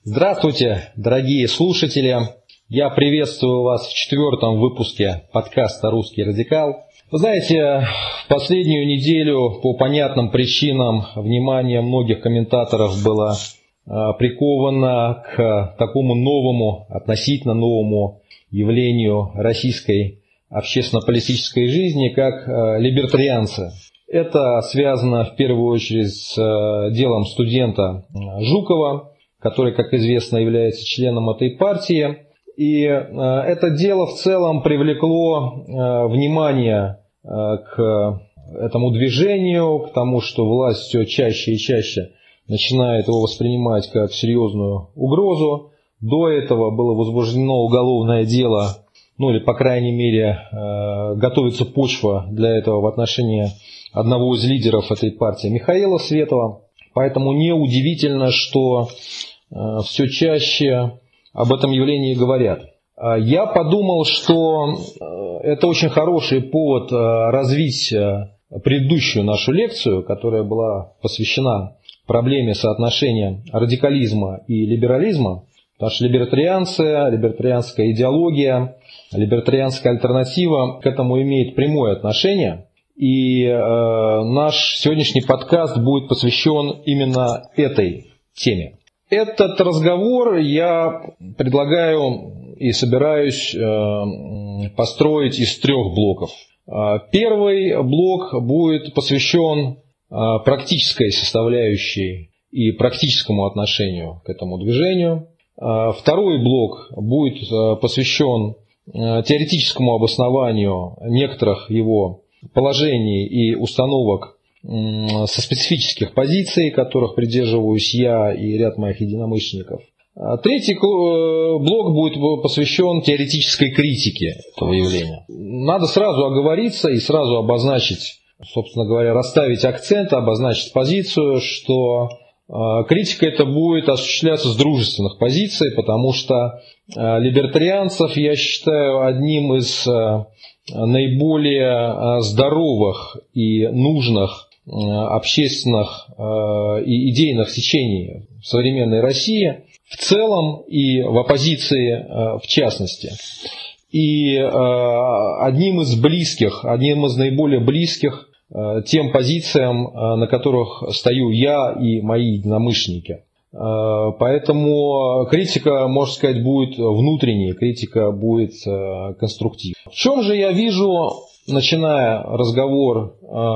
Здравствуйте, дорогие слушатели! Я приветствую вас в 4-м выпуске подкаста «Русский радикал». Вы знаете, в последнюю неделю по понятным причинам внимание многих комментаторов было приковано к такому новому, относительно новому явлению российской общественно-политической жизни, как либертарианцы. Это связано в первую очередь с делом студента Жукова, который, как известно, является членом этой партии. И это дело в целом привлекло внимание к этому движению, к тому, что власть все чаще и чаще начинает его воспринимать как серьезную угрозу. До этого было возбуждено уголовное дело, или, по крайней мере, готовится почва для этого в отношении одного из лидеров этой партии, Михаила Светова. Поэтому неудивительно, что все чаще об этом явлении говорят. Я подумал, что это очень хороший повод развить предыдущую нашу лекцию, которая была посвящена проблеме соотношения радикализма и либерализма. Потому что либертарианцы, либертарианская идеология, либертарианская альтернатива к этому имеет прямое отношение. И наш сегодняшний подкаст будет посвящен именно этой теме. Этот разговор я предлагаю и собираюсь построить из 3 блоков. Первый блок будет посвящен практической составляющей и практическому отношению к этому движению. Второй блок будет посвящен теоретическому обоснованию некоторых его положений и установок со специфических позиций, которых придерживаюсь я и ряд моих единомышленников. Третий блок будет посвящен теоретической критике этого явления. Надо сразу оговориться и сразу обозначить, собственно говоря, расставить акцент, обозначить позицию, что критика эта будет осуществляться с дружественных позиций, потому что либертарианцев я считаю одним из наиболее здоровых и нужных общественных и идейных течений в современной России в целом и в оппозиции в частности. И одним из наиболее близких тем позициям, на которых стою я и мои единомышленники. Поэтому критика, можно сказать, будет внутренней, критика будет конструктивной. В чем же я вижу, начиная разговор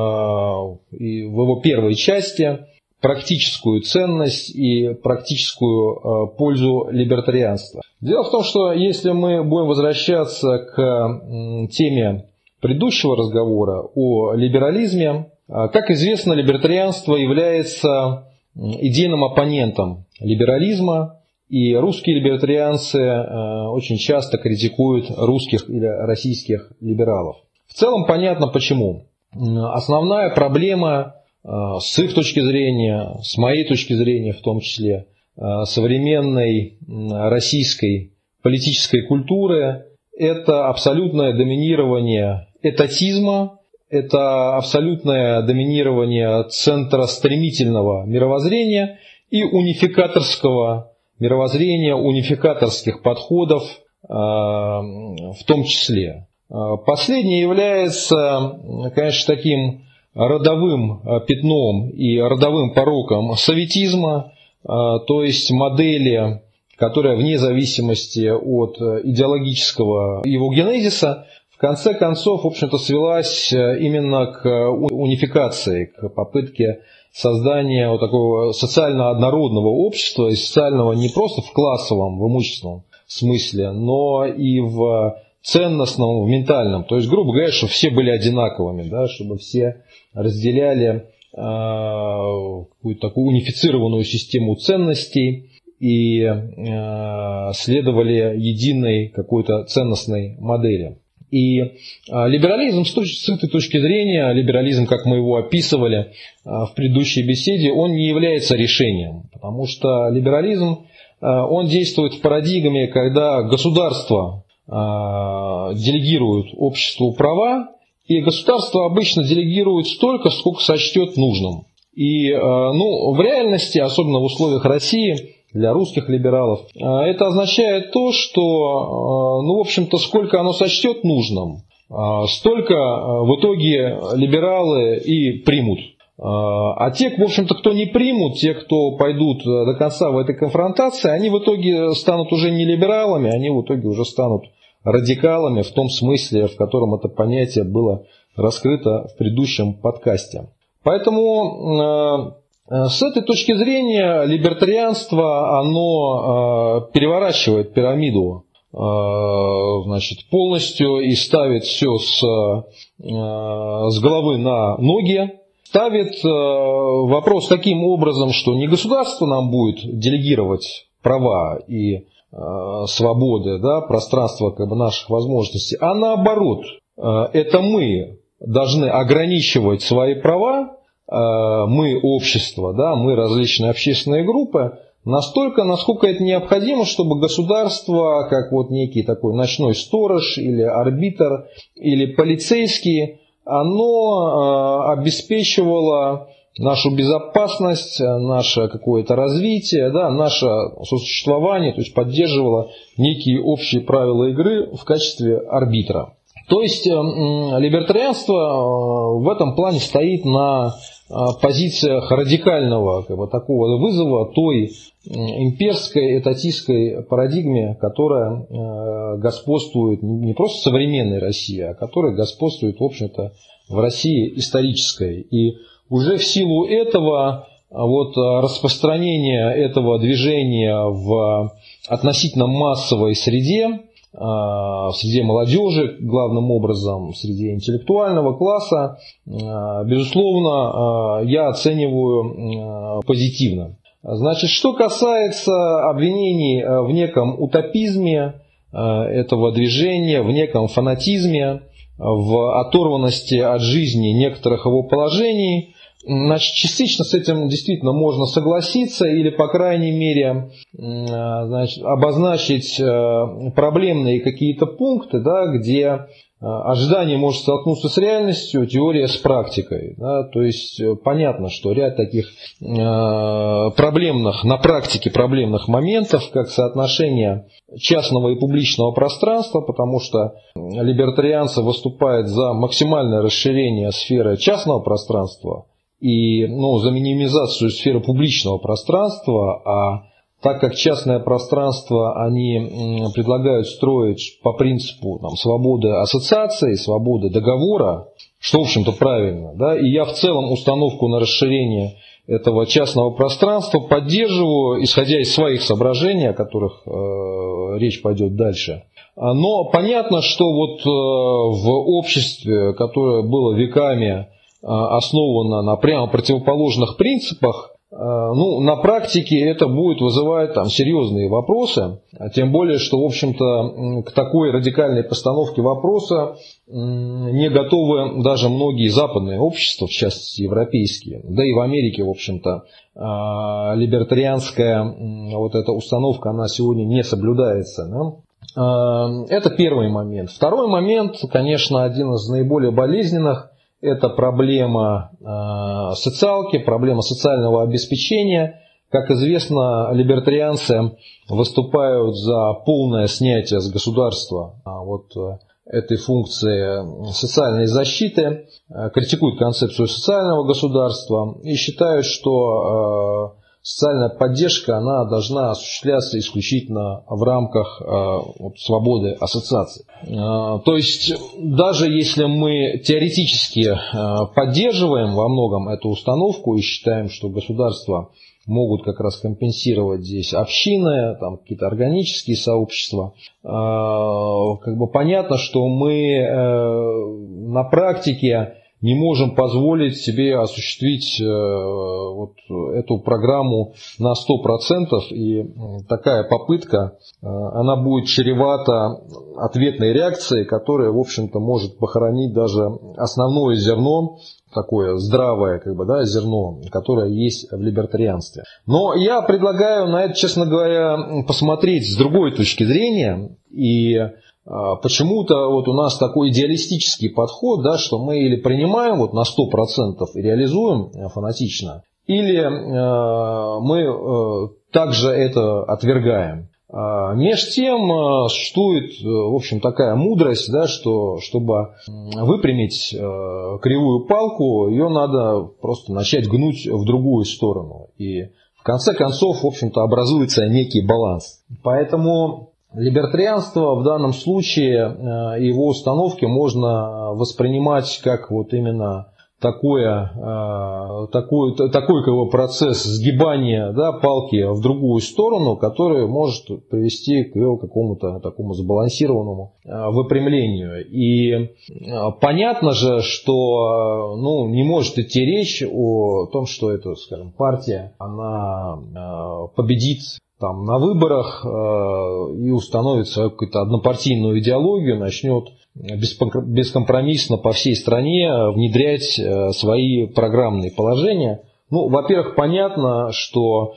в его первой части, практическую ценность и практическую пользу либертарианства? Дело в том, что если мы будем возвращаться к теме предыдущего разговора о либерализме, как известно, либертарианство является идейным оппонентом либерализма, и русские либертарианцы очень часто критикуют русских или российских либералов. В целом понятно почему. Основная проблема с их точки зрения, с моей точки зрения в том числе, современной российской политической культуры – это абсолютное доминирование этатизма, это абсолютное доминирование центростремительного мировоззрения и унификаторского мировоззрения, унификаторских подходов в том числе. Последнее является, конечно, таким родовым пятном и родовым пороком советизма, то есть модели, которая вне зависимости от идеологического его генезиса, в конце концов, в общем-то, свелась именно к унификации, к попытке создания вот такого социально однородного общества, и социального не просто в классовом, в имущественном смысле, но и в ценностном, в ментальном. То есть, грубо говоря, чтобы все были одинаковыми, да, чтобы все разделяли какую-то такую унифицированную систему ценностей и следовали единой какой-то ценностной модели. И либерализм с этой точки зрения, либерализм, как мы его описывали в предыдущей беседе, он не является решением, потому что либерализм, он действует в парадигме, когда государство делегирует обществу права, и государство обычно делегирует столько, сколько сочтет нужным. И в реальности, особенно в условиях России, для русских либералов. Это означает то, что, в общем-то, сколько оно сочтет нужным, столько в итоге либералы и примут. А те, в общем-то, кто не примут, те, кто пойдут до конца в этой конфронтации, они в итоге станут уже не либералами, они в итоге уже станут радикалами в том смысле, в котором это понятие было раскрыто в предыдущем подкасте. Поэтому с этой точки зрения либертарианство, оно переворачивает пирамиду, полностью и ставит все с головы на ноги. Ставит вопрос таким образом, что не государство нам будет делегировать права и свободы, да, пространство наших возможностей, а наоборот, это мы должны ограничивать свои права, мы общество, да, мы различные общественные группы, настолько, насколько это необходимо, чтобы государство, как вот некий такой ночной сторож или арбитр или полицейский, оно обеспечивало нашу безопасность, наше какое-то развитие, да, наше сосуществование, то есть поддерживало некие общие правила игры в качестве арбитра. То есть либертарианство в этом плане стоит на позициях радикального такого вызова той имперской, этатистской парадигме, которая господствует не просто в современной России, а которая господствует, в общем-то, в России исторической. И уже в силу этого распространение этого движения в относительно массовой среде, в среде молодежи, главным образом, в среде интеллектуального класса, безусловно, я оцениваю позитивно. Значит, что касается обвинений в неком утопизме этого движения, в неком фанатизме, в оторванности от жизни некоторых его положений, значит, частично с этим действительно можно согласиться или, по крайней мере, обозначить проблемные какие-то пункты, да, где ожидание может столкнуться с реальностью, теория с практикой. Да, то есть понятно, что ряд таких проблемных, на практике проблемных моментов, как соотношение частного и публичного пространства, потому что либертарианцы выступают за максимальное расширение сферы частного пространства и за минимизацию сферы публичного пространства, а так как частное пространство они предлагают строить по принципу свободы ассоциации, свободы договора, что, в общем-то, правильно, да, и я в целом установку на расширение этого частного пространства поддерживаю, исходя из своих соображений, о которых речь пойдет дальше. Но понятно, что в обществе, которое было веками основано на прямо противоположных принципах, на практике это будет вызывать серьезные вопросы, тем более, что, в общем-то, к такой радикальной постановке вопроса не готовы даже многие западные общества, в частности европейские, да и в Америке, в общем-то, либертарианская эта установка, она сегодня не соблюдается. Да? Это первый момент. Второй момент, конечно, один из наиболее болезненных. Это проблема социалки, проблема социального обеспечения. Как известно, либертарианцы выступают за полное снятие с государства этой функции социальной защиты, критикуют концепцию социального государства и считают, что социальная поддержка она должна осуществляться исключительно в рамках свободы ассоциаций. То есть, даже если мы теоретически поддерживаем во многом эту установку и считаем, что государства могут как раз компенсировать здесь общины, какие-то органические сообщества, понятно, что мы на практике не можем позволить себе осуществить эту программу на 100%, и такая попытка, она будет чревата ответной реакцией, которая, в общем-то, может похоронить даже основное зерно, такое здравое зерно, которое есть в либертарианстве. Но я предлагаю на это, честно говоря, посмотреть с другой точки зрения. И почему-то у нас такой идеалистический подход, да, что мы или принимаем на 100% и реализуем фанатично, или мы также это отвергаем. Меж тем существует, в общем, такая мудрость, да, что чтобы выпрямить кривую палку, ее надо просто начать гнуть в другую сторону. И в конце концов, в общем-то, образуется некий баланс. Поэтому либертарианство в данном случае, его установки можно воспринимать как вот именно такой как бы процесс сгибания, да, палки в другую сторону, который может привести к ее какому-то такому сбалансированному выпрямлению. И понятно же, что не может идти речь о том, что эта, скажем, партия, она победит там на выборах и установит свою какую-то однопартийную идеологию, начнет бескомпромиссно по всей стране внедрять свои программные положения. Во-первых, понятно, что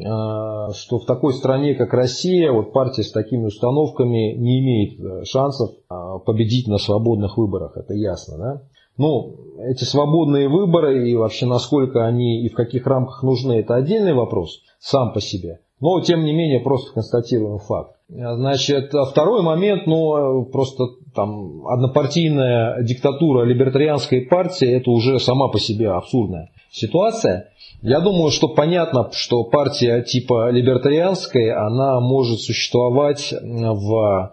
в такой стране, как Россия, вот партия с такими установками не имеет шансов победить на свободных выборах, это ясно, да? Эти свободные выборы и вообще насколько они и в каких рамках нужны, это отдельный вопрос сам по себе. Но, тем не менее, просто констатируем факт. Значит, второй момент, просто там однопартийная диктатура либертарианской партии, это уже сама по себе абсурдная ситуация. Я думаю, что понятно, что партия типа либертарианской, она может существовать в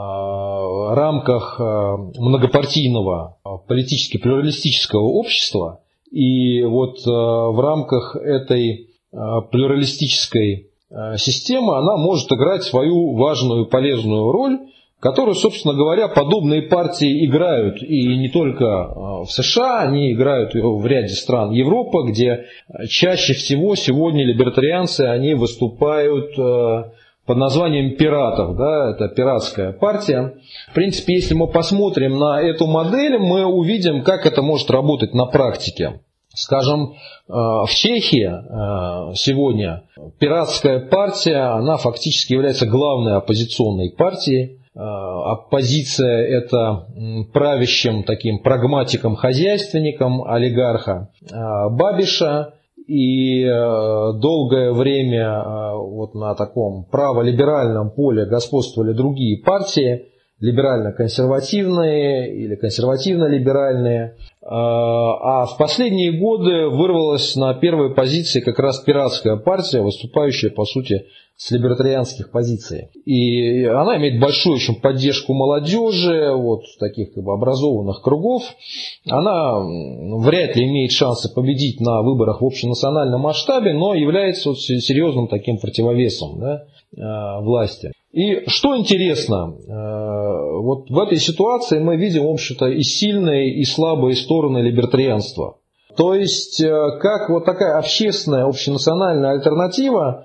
рамках многопартийного политически плюралистического общества. И вот в рамках этой плюралистической система, она может играть свою важную и полезную роль, которую, собственно говоря, подобные партии играют и не только в США, они играют в ряде стран Европы, где чаще всего сегодня либертарианцы, они выступают под названием пиратов, да, это пиратская партия. В принципе, если мы посмотрим на эту модель, мы увидим, как это может работать на практике. Скажем, в Чехии сегодня пиратская партия, она фактически является главной оппозиционной партией. Оппозиция – это правящим таким прагматиком-хозяйственником олигарха Бабиша. И долгое время вот на таком праволиберальном поле господствовали другие партии, либерально-консервативные или консервативно-либеральные. А в последние годы вырвалась на первой позиции как раз пиратская партия, выступающая, по сути, с либертарианских позиций. И она имеет большую очень поддержку молодежи, вот таких как бы образованных кругов. Она вряд ли имеет шансы победить на выборах в общенациональном масштабе, но является вот серьезным таким противовесом, да, власти. И что интересно, вот в этой ситуации мы видим, в общем-то, и сильные, и слабые стороны либертарианства. То есть, как вот такая общественная, общенациональная альтернатива,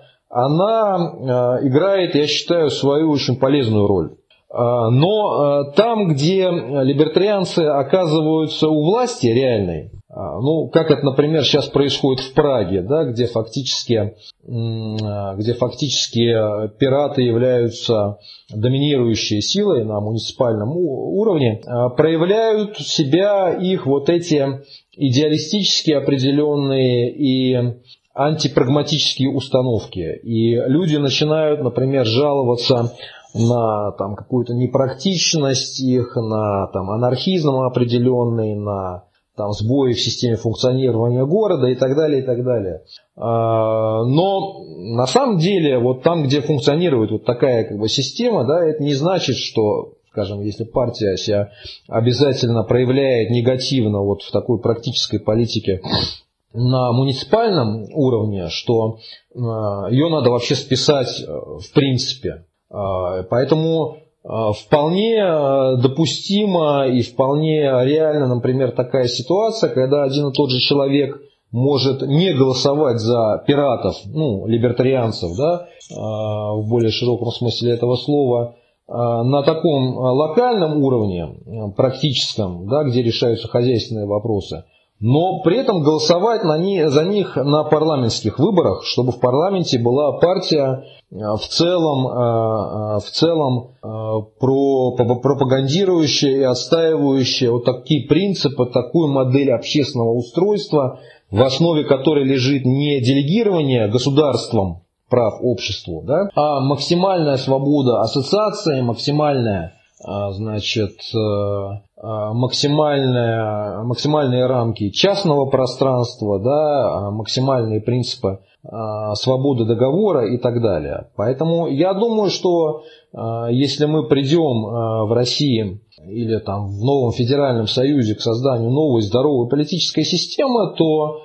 она играет, я считаю, свою очень полезную роль. Но там, где либертарианцы оказываются у власти реальной, как это, например, сейчас происходит в Праге, да, где фактически пираты являются доминирующей силой на муниципальном уровне, проявляют себя их вот эти идеалистически определенные и антипрагматические установки. И люди начинают, например, жаловаться на там какую-то непрактичность их, на там анархизм определенный, на там сбои в системе функционирования города и так далее, и так далее. Но на самом деле вот там, где функционирует вот такая как бы система, да, это не значит, что, скажем, если партия себя обязательно проявляет негативно вот в такой практической политике на муниципальном уровне, что ее надо вообще списать в принципе. Поэтому вполне допустимо и вполне реально, например, такая ситуация, когда один и тот же человек может не голосовать за пиратов, либертарианцев, да, в более широком смысле этого слова, на таком локальном уровне, практическом, да, где решаются хозяйственные вопросы, но при этом голосовать за них на парламентских выборах, чтобы в парламенте была партия в целом пропагандирующая и отстаивающая вот такие принципы, такую модель общественного устройства, в основе которой лежит не делегирование государством прав обществу, да, а максимальная свобода ассоциации, максимальная, максимальные рамки частного пространства, да, максимальные принципы свободы договора и так далее. Поэтому я думаю, что если мы придем в России или там в новом федеральном союзе к созданию новой здоровой политической системы, то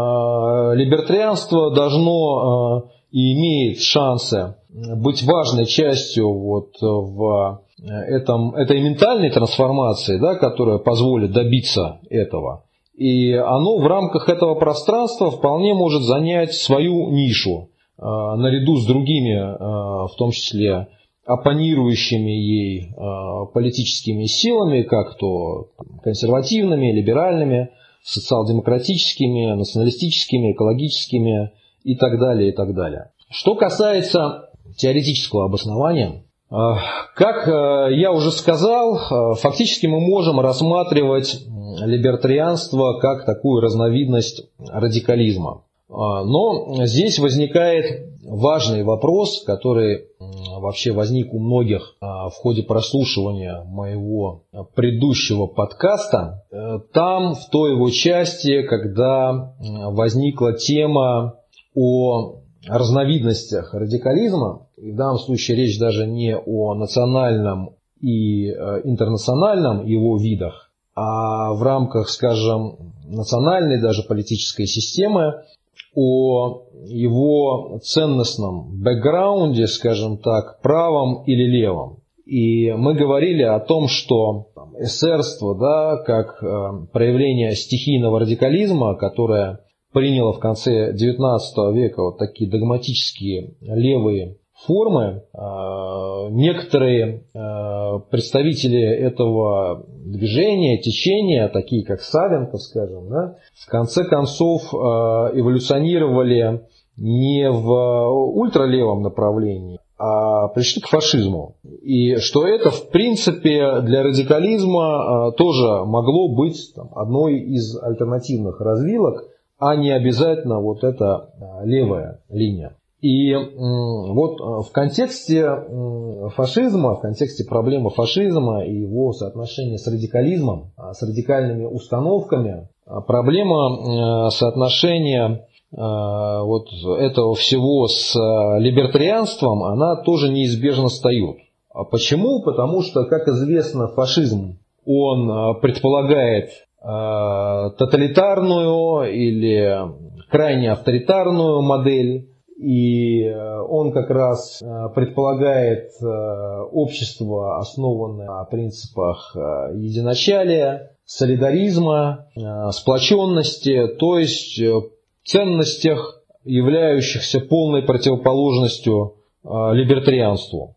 либертарианство должно и имеет шансы быть важной частью вот в этой ментальной трансформации, да, которая позволит добиться этого. И оно в рамках этого пространства вполне может занять свою нишу, наряду с другими, в том числе оппонирующими ей политическими силами, как то консервативными, либеральными, социал-демократическими, националистическими, экологическими и так далее, и так далее. Что касается теоретического обоснования, как я уже сказал, фактически мы можем рассматривать либертарианство как такую разновидность радикализма. Но здесь возникает важный вопрос, который вообще возник у многих в ходе прослушивания моего предыдущего подкаста. Там, в той его части, когда возникла тема о разновидностях радикализма, и в данном случае речь даже не о национальном и интернациональном его видах, а в рамках, скажем, национальной даже политической системы, о его ценностном бэкграунде, скажем так, правом или левом. И мы говорили о том, что эсерство, да, как проявление стихийного радикализма, которое приняло в конце XIX века вот такие догматические левые формы, некоторые представители этого движения, течения, такие как Савенков, скажем, да, в конце концов эволюционировали не в ультралевом направлении, а пришли к фашизму. И что это, в принципе, для радикализма тоже могло быть одной из альтернативных развилок, а не обязательно вот эта левая линия. И вот в контексте фашизма, в контексте проблемы фашизма и его соотношения с радикализмом, с радикальными установками, проблема соотношения вот этого всего с либертарианством, она тоже неизбежно встает. А почему? Потому что, как известно, фашизм, он предполагает тоталитарную или крайне авторитарную модель, и он как раз предполагает общество, основанное на принципах единочалия, солидаризма, сплоченности, то есть ценностях, являющихся полной противоположностью либертарианству.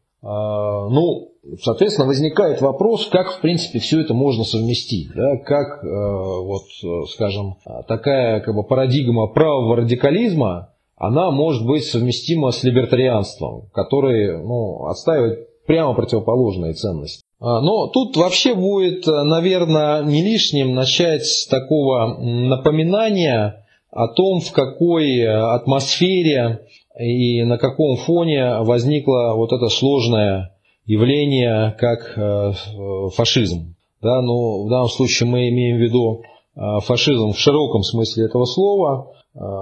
Ну, соответственно, возникает вопрос, как, в принципе, все это можно совместить, да? Как, вот, скажем, такая как бы парадигма правого радикализма, она может быть совместима с либертарианством, который, ну, отстаивает прямо противоположные ценности. Но тут вообще будет, наверное, не лишним начать с такого напоминания о том, в какой атмосфере и на каком фоне возникло вот это сложное явление, как фашизм. Да, ну, в данном случае мы имеем в виду фашизм в широком смысле этого слова,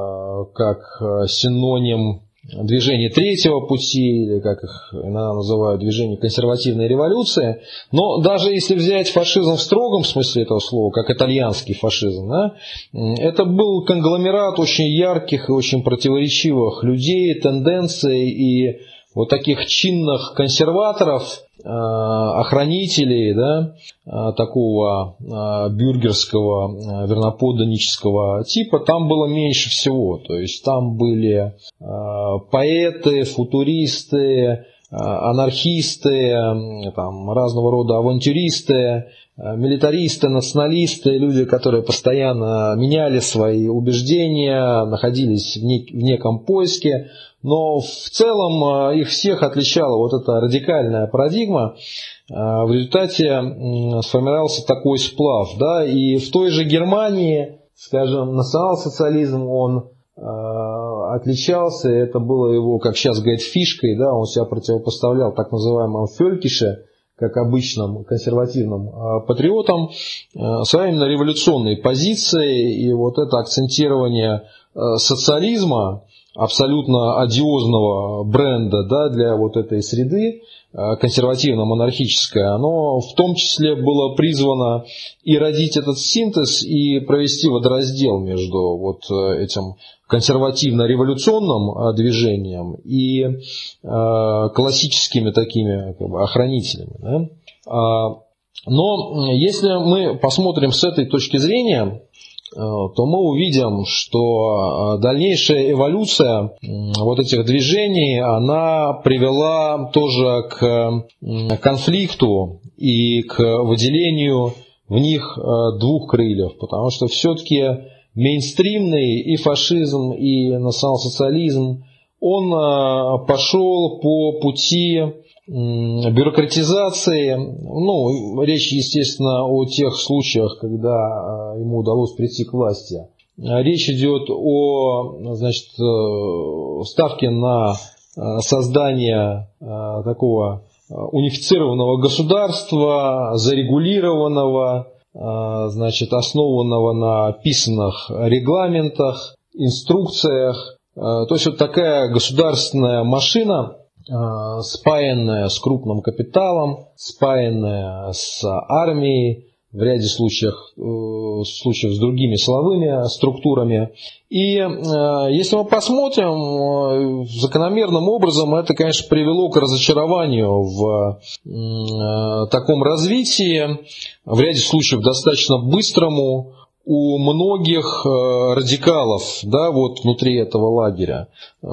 как синоним движения третьего пути, или как их иногда называют, движение консервативной революции. Но даже если взять фашизм в строгом смысле этого слова, как итальянский фашизм, да, это был конгломерат очень ярких и очень противоречивых людей, тенденций и вот таких чинных консерваторов, охранителей, да, такого бюргерского, верноподданнического типа, там было меньше всего. То есть там были поэты, футуристы, анархисты, там, разного рода авантюристы, милитаристы, националисты, люди, которые постоянно меняли свои убеждения, находились в неком поиске. Но в целом их всех отличала вот эта радикальная парадигма. В результате сформировался такой сплав. Да? И в той же Германии скажем, национал-социализм, он отличался, это было его, как сейчас говорят, фишкой, да, он себя противопоставлял так называемому фелькише, как обычным консервативным патриотам, своей именно революционной позицией, и вот это акцентирование социализма, абсолютно одиозного бренда, да, для вот этой среды консервативно-монархической, оно в том числе было призвано и родить этот синтез, и провести водораздел между вот этим консервативно-революционным движением и классическими такими как бы охранителями. Да? Но если мы посмотрим с этой точки зрения, то мы увидим, что дальнейшая эволюция вот этих движений, она привела тоже к конфликту и к выделению в них двух крыльев, потому что все-таки мейнстримный и фашизм, и национал-социализм, он пошел по пути бюрократизации. Ну, речь, естественно, о тех случаях, когда ему удалось прийти к власти. Речь идет о, значит, ставке на создание такого унифицированного госерства, зарегулированного, значит, основанного на писанных регламентах, инструкциях. То есть вот такая государственная машина, спаянная с крупным капиталом, спаянная с армией, в ряде случаев с другими силовыми структурами. И если мы посмотрим, закономерным образом это, конечно, привело к разочарованию в таком развитии, в ряде случаев достаточно быстрому, у многих радикалов, да, вот внутри этого лагеря.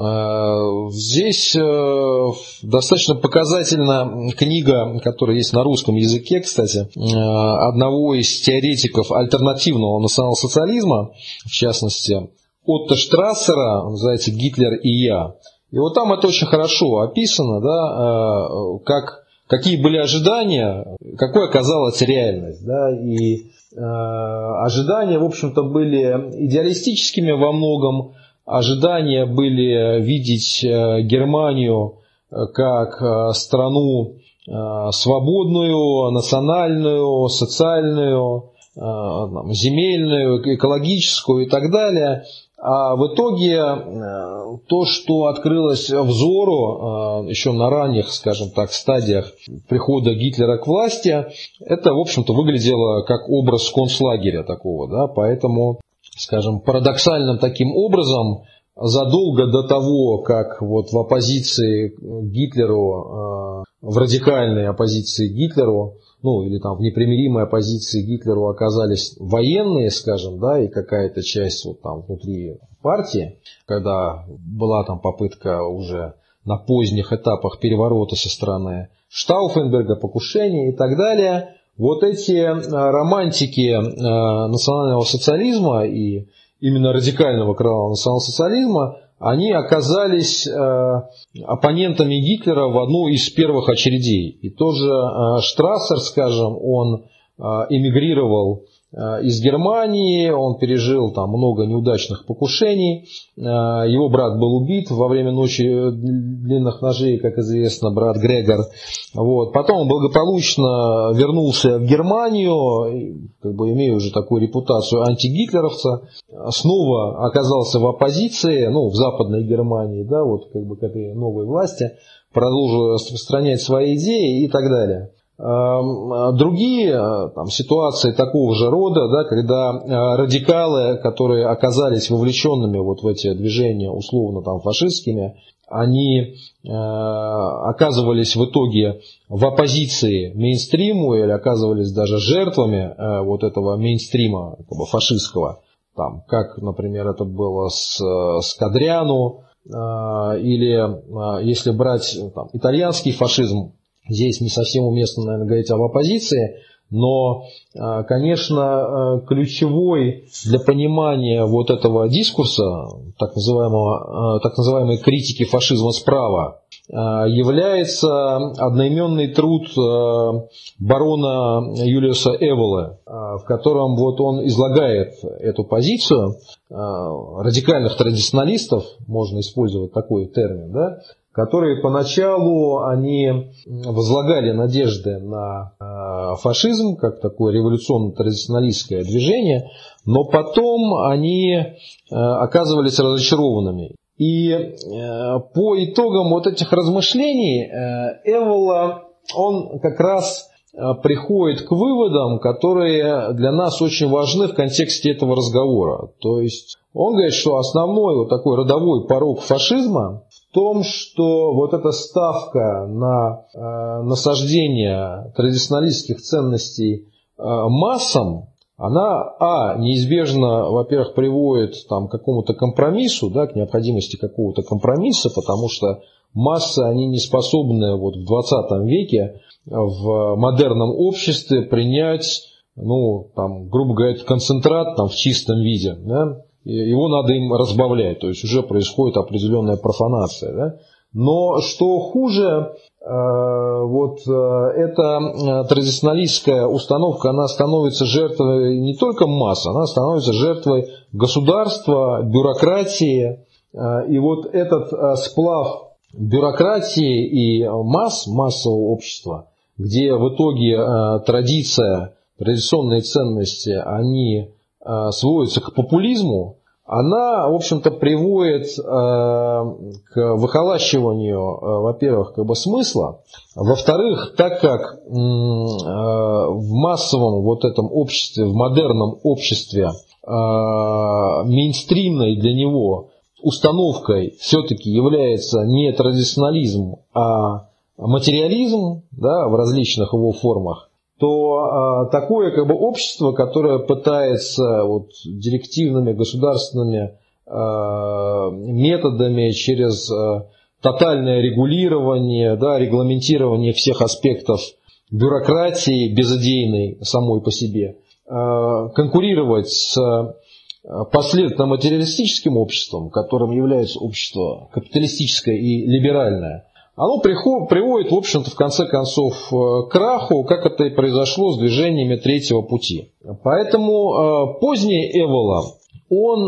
Здесь достаточно показательна книга, которая есть на русском языке, кстати, одного из теоретиков альтернативного национал-социализма, в частности, Отто Штрассера, называется «Гитлер и я». И вот там это очень хорошо описано, да, какие были ожидания, какой оказалась реальность, да, и ожидания, в общем-то, были идеалистическими во многом. Ожидания были видеть Германию как страну свободную, национальную, социальную, земельную, экологическую и так далее. А в итоге то, что открылось взору еще на ранних, скажем так, стадиях прихода Гитлера к власти, это, в общем-то, выглядело как образ концлагеря такого, да, поэтому, скажем, парадоксальным таким образом, задолго до того, как вот в оппозиции Гитлеру, в радикальной оппозиции Гитлеру, ну или там в непримиримой оппозиции Гитлеру оказались военные, скажем, да, и какая-то часть вот там внутри партии, когда была там попытка уже на поздних этапах переворота со стороны Штауфенберга, покушения и так далее, вот эти романтики национального социализма и именно радикального кровавого национал-социализма, они оказались оппонентами Гитлера в одну из первых очередей. И тоже Штрассер, скажем, он эмигрировал из Германии, он пережил там много неудачных покушений, его брат был убит во время ночи длинных ножей, как известно, брат Грегор. Вот. Потом он благополучно вернулся в Германию, как бы имея уже такую репутацию антигитлеровца, снова оказался в оппозиции, ну, в Западной Германии, да, вот как бы к этой новой власти, продолжил распространять свои идеи и так далее. Другие там, ситуации такого же рода, да, когда радикалы, которые оказались вовлеченными вот в эти движения условно там, фашистскими, они оказывались в итоге в оппозиции мейнстриму или оказывались даже жертвами вот этого мейнстрима как бы, фашистского, там, как, например, это было с Кадряну, или если брать там, итальянский фашизм, здесь не совсем уместно, наверное, говорить об оппозиции, но, конечно, ключевой для понимания вот этого дискурса, так называемой критики фашизма справа, является одноименный труд барона Юлиуса Эвола, в котором вот он излагает эту позицию радикальных традиционалистов, можно использовать такой термин, да, которые поначалу они возлагали надежды на фашизм, как такое революционно-традиционалистское движение, но потом они оказывались разочарованными. И по итогам вот этих размышлений Эвола, он как раз приходит к выводам, которые для нас очень важны в контексте этого разговора. То есть он говорит, что основной вот такой родовой порок фашизма в том, что вот эта ставка на насаждение традиционалистских ценностей массам, она, неизбежно, во-первых, приводит там, к какому-то компромиссу, да, к необходимости какого-то компромисса, потому что массы, они не способны вот в 20 веке в модерном обществе принять, ну, там, грубо говоря, концентрат там, в чистом виде, да, его надо им разбавлять, то есть уже происходит определенная профанация, да. Но что хуже, вот эта традиционалистская установка, она становится жертвой не только масс, она становится жертвой государства, бюрократии. И вот этот сплав бюрократии и массового общества, где в итоге традиционные ценности, они сводятся к популизму, она, в общем-то, приводит к выхолащиванию, во-первых, как бы смысла, во-вторых, так как в массовом вот этом обществе, в модерном обществе мейнстримной для него установкой все-таки является не традиционализм, а материализм, да, в различных его формах, то такое как бы общество, которое пытается вот директивными государственными методами через тотальное регулирование, да, регламентирование всех аспектов бюрократии безыдейной самой по себе, конкурировать с последовательно материалистическим обществом, которым является общество капиталистическое и либеральное, оно приводит, в общем-то, в конце концов, к краху, как это и произошло с движениями Третьего пути. Поэтому поздний Эвола, он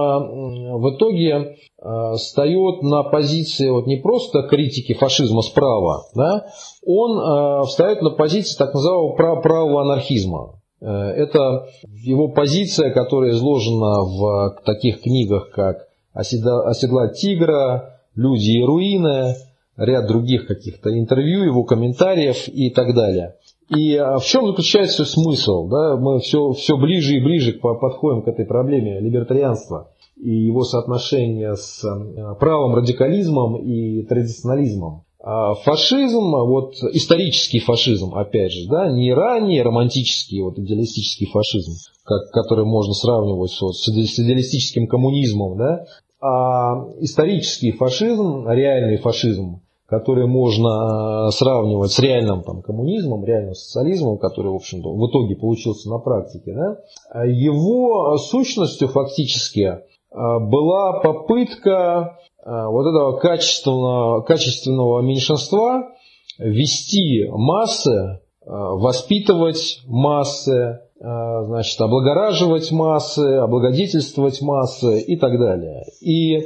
в итоге встает на позиции вот не просто критики фашизма справа, да, он встает на позиции так называемого правого анархизма. Это его позиция, которая изложена в таких книгах, как «Оседлать тигра», «Люди и руины», ряд других каких-то интервью, его комментариев и так далее. И в чем заключается смысл? Да? Мы все ближе и ближе подходим к этой проблеме либертарианства и его соотношения с правым радикализмом и традиционализмом. Фашизм, вот исторический фашизм, опять же, да, не ранний романтический, вот идеалистический фашизм, который можно сравнивать с идеалистическим коммунизмом, да, а исторический фашизм, реальный фашизм, который можно сравнивать с реальным там, коммунизмом, реальным социализмом, который, в общем-то, в итоге получился на практике, да, его сущностью фактически была попытка вот этого качественного меньшинства вести массы, воспитывать массы, значит, облагораживать массы, облагодетельствовать массы и так далее. И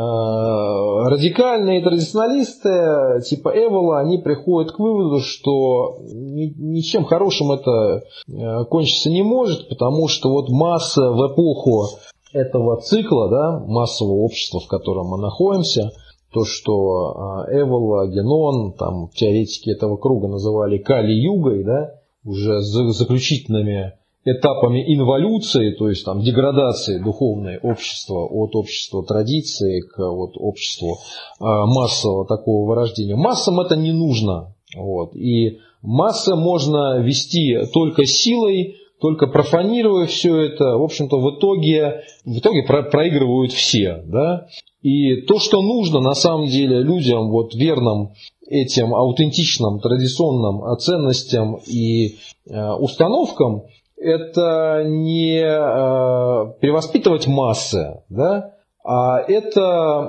радикальные традиционалисты типа Эвола, они приходят к выводу, что ничем хорошим это кончиться не может, потому что вот масса в эпоху этого цикла, да, массового общества, в котором мы находимся, то, что Эвола, Генон, там, теоретики этого круга называли Кали-югой, да, уже заключительными этапами инволюции, то есть там, деградации духовной общества от общества традиции к вот, обществу массового такого вырождения. Массам это не нужно. Вот, и массы можно вести только силой, только профанируя все это, в общем-то, в итоге проигрывают все. Да? И то, что нужно на самом деле людям, вот, верным этим аутентичным традиционным ценностям и установкам, это не перевоспитывать массы, да? а это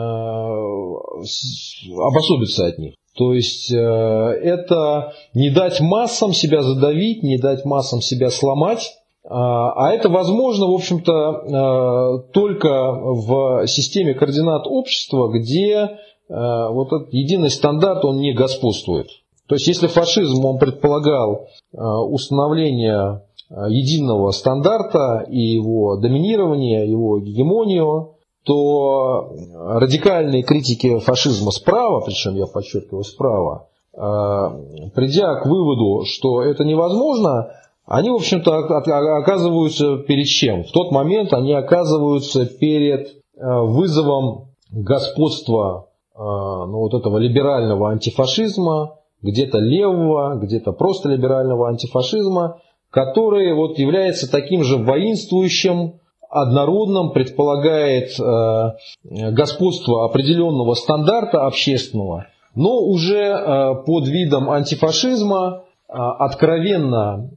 обособиться от них. То есть это не дать массам себя задавить, не дать массам себя сломать, а это возможно, в общем-то, только в системе координат общества, где вот этот единый стандарт, он не господствует. То есть если фашизм, он предполагал установление единого стандарта и его доминирование, его гегемонию, то радикальные критики фашизма справа, причем я подчеркиваю справа, придя к выводу, что это невозможно, они, в общем-то, оказываются перед чем? В тот момент они оказываются перед вызовом господства вот этого либерального антифашизма, где-то левого, где-то просто либерального антифашизма, который вот является таким же воинствующим, однородным, предполагает господство определенного стандарта общественного, но уже под видом антифашизма откровенно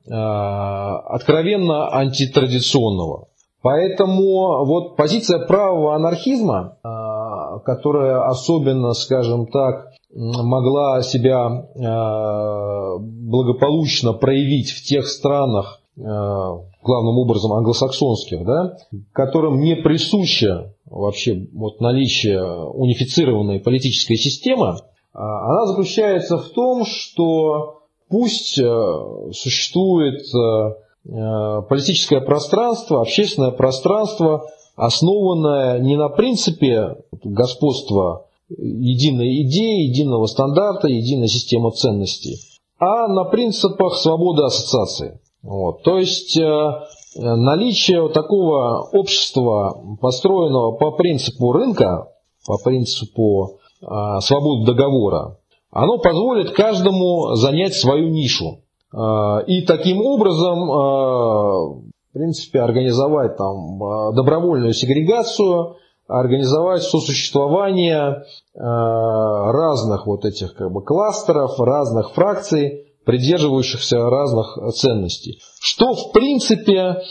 антитрадиционного. Поэтому вот позиция правого анархизма, которая особенно, скажем так, могла себя благополучно проявить в тех странах, главным образом англосаксонских, да, которым не присуще вообще вот наличие унифицированной политической системы, она заключается в том, что пусть существует политическое пространство, общественное пространство, основанное не на принципе господства единой идеи, единого стандарта, единой системы ценностей, а на принципах свободы ассоциации. Вот. То есть наличие вот такого общества, построенного по принципу рынка, по принципу свободы договора, оно позволит каждому занять свою нишу. И таким образом, в принципе, организовать там добровольную сегрегацию, организовать сосуществование разных вот этих как бы кластеров, разных фракций, придерживающихся разных ценностей. Что в принципе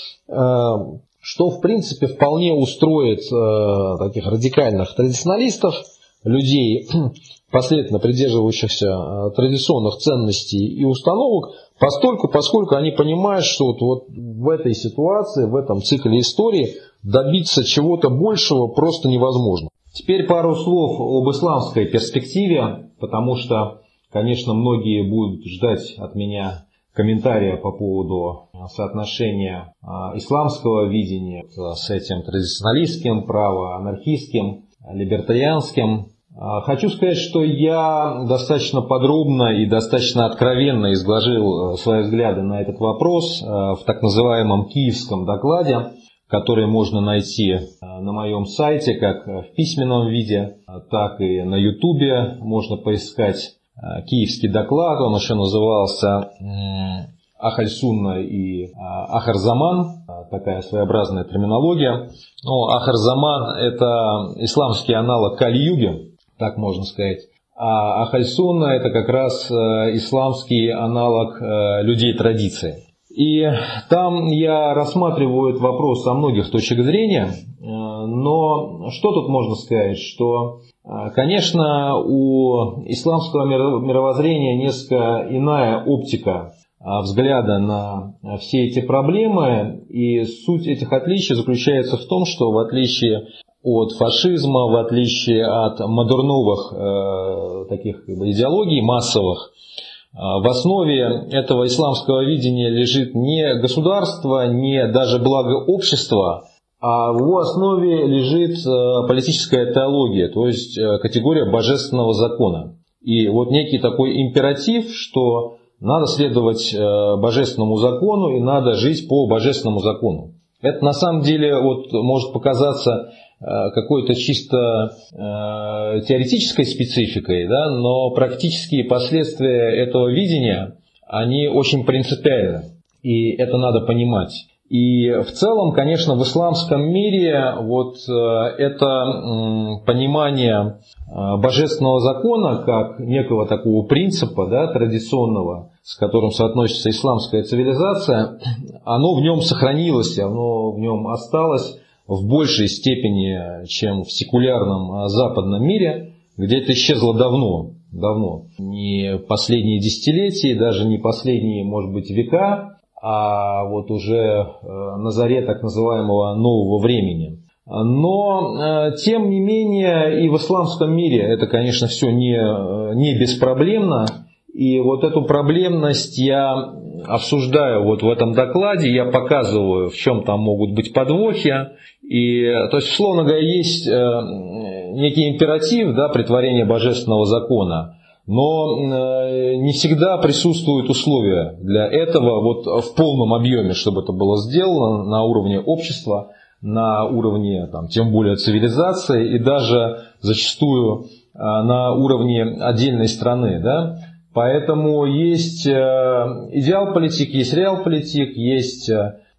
вполне устроит таких радикальных традиционалистов, людей, последовательно придерживающихся традиционных ценностей и установок, поскольку они понимают, что вот в этой ситуации, в этом цикле истории добиться чего-то большего просто невозможно. Теперь пару слов об исламской перспективе, потому что, конечно, многие будут ждать от меня комментария по поводу соотношения исламского видения с этим традиционалистским, правоанархистским, либертарианским. Хочу сказать, что я достаточно подробно и достаточно откровенно изложил свои взгляды на этот вопрос в так называемом киевском докладе, который можно найти на моем сайте как в письменном виде, так и на ютубе. Можно поискать киевский доклад, он еще назывался Ахаль-Сунна и Ахар-Заман, такая своеобразная терминология. Но Ахар-Заман – это исламский аналог Кали-юги, так можно сказать. А Ахаль-Сунна – это как раз исламский аналог людей традиции. И там я рассматриваю этот вопрос со многих точек зрения, но что тут можно сказать, что, конечно, у исламского мировоззрения несколько иная оптика взгляда на все эти проблемы, и суть этих отличий заключается в том, что в отличие от фашизма, в отличие от модерновых таких идеологий массовых, в основе этого исламского видения лежит не государство, не даже благо общества, а в его основе лежит политическая теология, то есть категория божественного закона. И вот некий такой императив, что надо следовать божественному закону и надо жить по божественному закону. Это на самом деле вот может показаться какой-то чисто теоретической спецификой, да, но практические последствия этого видения, они очень принципиальны, и это надо понимать. И в целом, конечно, в исламском мире вот это понимание божественного закона как некого такого принципа, да, традиционного, с которым соотносится исламская цивилизация, оно в нем сохранилось, оно в нем осталось в большей степени, чем в секулярном западном мире, где это исчезло давно. Не последние десятилетия, даже не последние, может быть, века, а вот уже на заре так называемого нового времени. Но, тем не менее, и в исламском мире это, конечно, все не беспроблемно. И вот эту проблемность я обсуждаю вот в этом докладе, я показываю, в чем там могут быть подвохи. И, то есть, условно говоря, есть некий императив, да, претворения божественного закона, но не всегда присутствуют условия для этого вот в полном объеме, чтобы это было сделано на уровне общества, на уровне там, тем более цивилизации и даже зачастую на уровне отдельной страны. Да? Поэтому есть идеал политик, есть реал-политик, есть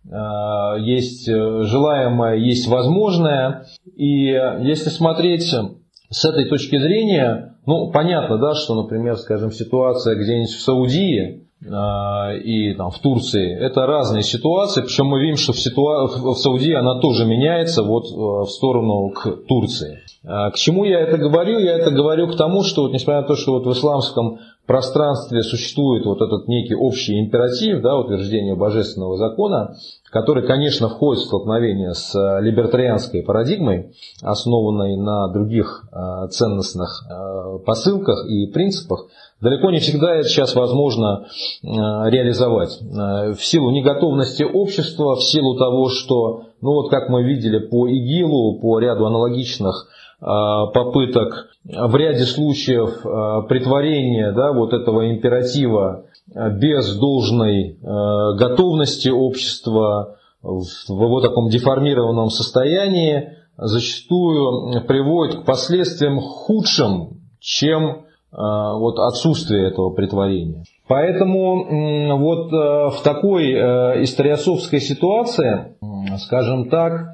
желаемое, есть возможное. И если смотреть с этой точки зрения, ну, понятно, да, что, например, скажем, ситуация где-нибудь в Саудии и там, в Турции, это разные ситуации, причем мы видим, что в Саудии она тоже меняется вот в сторону к Турции. К чему я это говорю? Я это говорю к тому, что вот, несмотря на то, что вот в исламском пространстве существует вот этот некий общий императив, да, утверждение божественного закона, который, конечно, входит в столкновение с либертарианской парадигмой, основанной на других ценностных посылках и принципах, далеко не всегда это сейчас возможно реализовать. В силу неготовности общества, в силу того, что, ну вот как мы видели по ИГИЛу, по ряду аналогичных попыток в ряде случаев претворения, да, вот этого императива без должной готовности общества в его таком деформированном состоянии зачастую приводит к последствиям худшим, чем вот отсутствие этого претворения. Поэтому вот в такой историосовской ситуации, скажем так,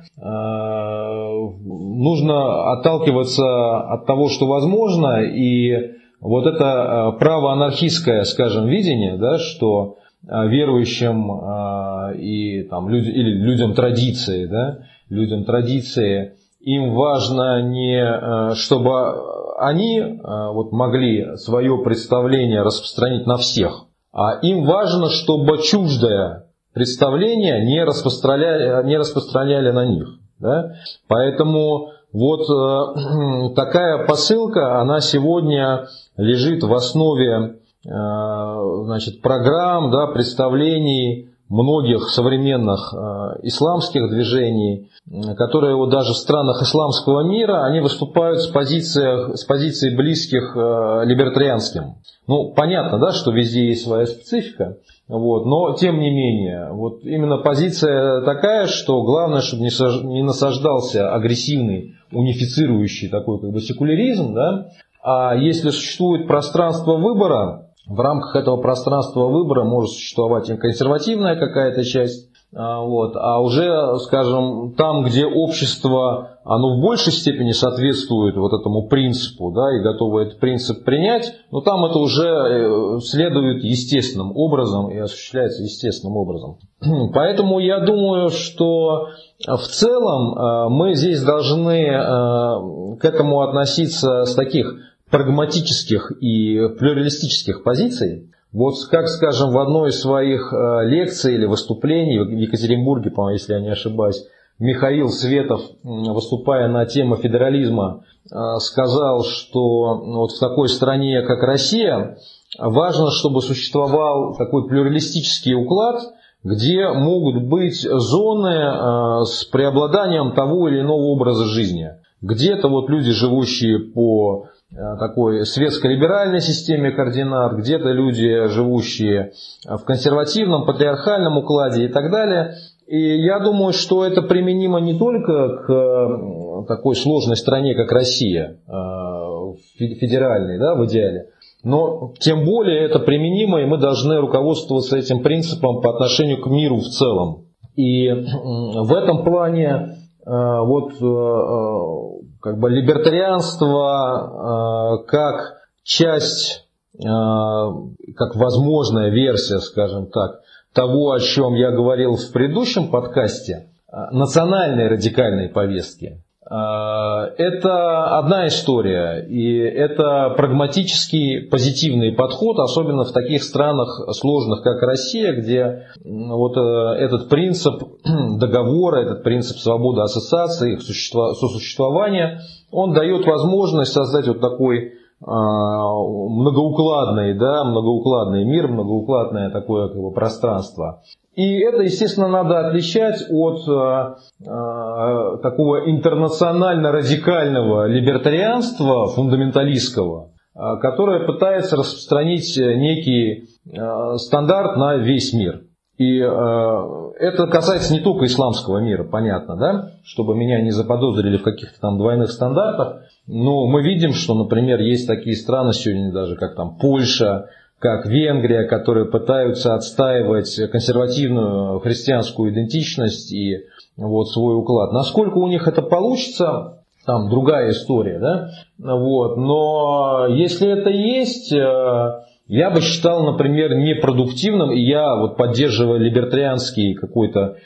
нужно отталкиваться от того, что возможно, и вот это правоанархистское, скажем, видение, да, что верующим и там, или людям традиции, да, им важно не чтобы они вот могли свое представление распространить на всех, а им важно, чтобы чуждое представление не распространяли на них. Да? Поэтому вот такая посылка, она сегодня лежит в основе значит, программ, да, представлений многих современных исламских движений, которые вот даже в странах исламского мира, они выступают с позиций близких либертарианским. Ну, понятно, да, что везде есть своя специфика, вот, но тем не менее, вот именно позиция такая, что главное, чтобы не насаждался агрессивный, унифицирующий такой как бы секуляризм, да, а если существует пространство выбора, в рамках этого пространства выбора может существовать и консервативная какая-то часть, вот, а уже, скажем, там, где общество, оно в большей степени соответствует вот этому принципу, да, и готово этот принцип принять, но там это уже следует естественным образом и осуществляется естественным образом. Поэтому я думаю, что в целом мы здесь должны к этому относиться с таких прагматических и плюралистических позиций. Вот как, скажем, в одной из своих лекций или выступлений в Екатеринбурге, по-моему, если я не ошибаюсь, Михаил Светов, выступая на тему федерализма, сказал, что вот в такой стране, как Россия, важно, чтобы существовал такой плюралистический уклад, где могут быть зоны с преобладанием того или иного образа жизни. Где-то вот люди, живущие по такой светско-либеральной системе координат, где-то люди, живущие в консервативном, патриархальном укладе и так далее. И я думаю, что это применимо не только к такой сложной стране, как Россия, федеральной, да, в идеале, но тем более это применимо, и мы должны руководствоваться этим принципом по отношению к миру в целом. И в этом плане вот как бы либертарианство как часть, как возможная версия, скажем так, того, о чем я говорил в предыдущем подкасте, национальной радикальной повестки. Это одна история, и это прагматический позитивный подход, особенно в таких странах сложных, как Россия, где вот этот принцип договора, этот принцип свободы ассоциации, их сосуществования, он дает возможность создать вот такой многоукладный мир, многоукладное такое как бы пространство. И это, естественно, надо отличать от такого интернационально-радикального либертарианства, фундаменталистского, которое пытается распространить некий стандарт на весь мир. И это касается не только исламского мира, понятно, да? Чтобы меня не заподозрили в каких-то там двойных стандартах. Но мы видим, что, например, есть такие страны сегодня даже, как там Польша, как Венгрия, которые пытаются отстаивать консервативную христианскую идентичность и вот свой уклад. Насколько у них это получится, там другая история, да? Вот. Но если это есть, я бы считал, например, непродуктивным, и я вот поддерживаю либертарианский какой-то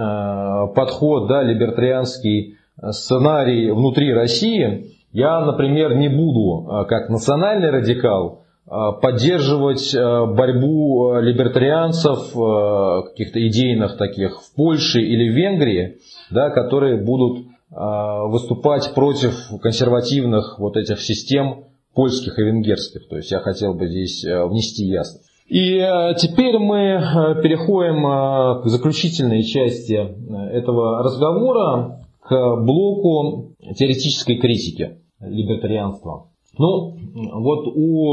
подход, да, либертарианский сценарий внутри России, я, например, не буду, как национальный радикал, поддерживать борьбу либертарианцев, каких-то идейных таких в Польше или в Венгрии, да, которые будут выступать против консервативных вот этих систем польских и венгерских. То есть я хотел бы здесь внести ясность. И теперь мы переходим к заключительной части этого разговора, к блоку теоретической критики либертарианства. Ну, вот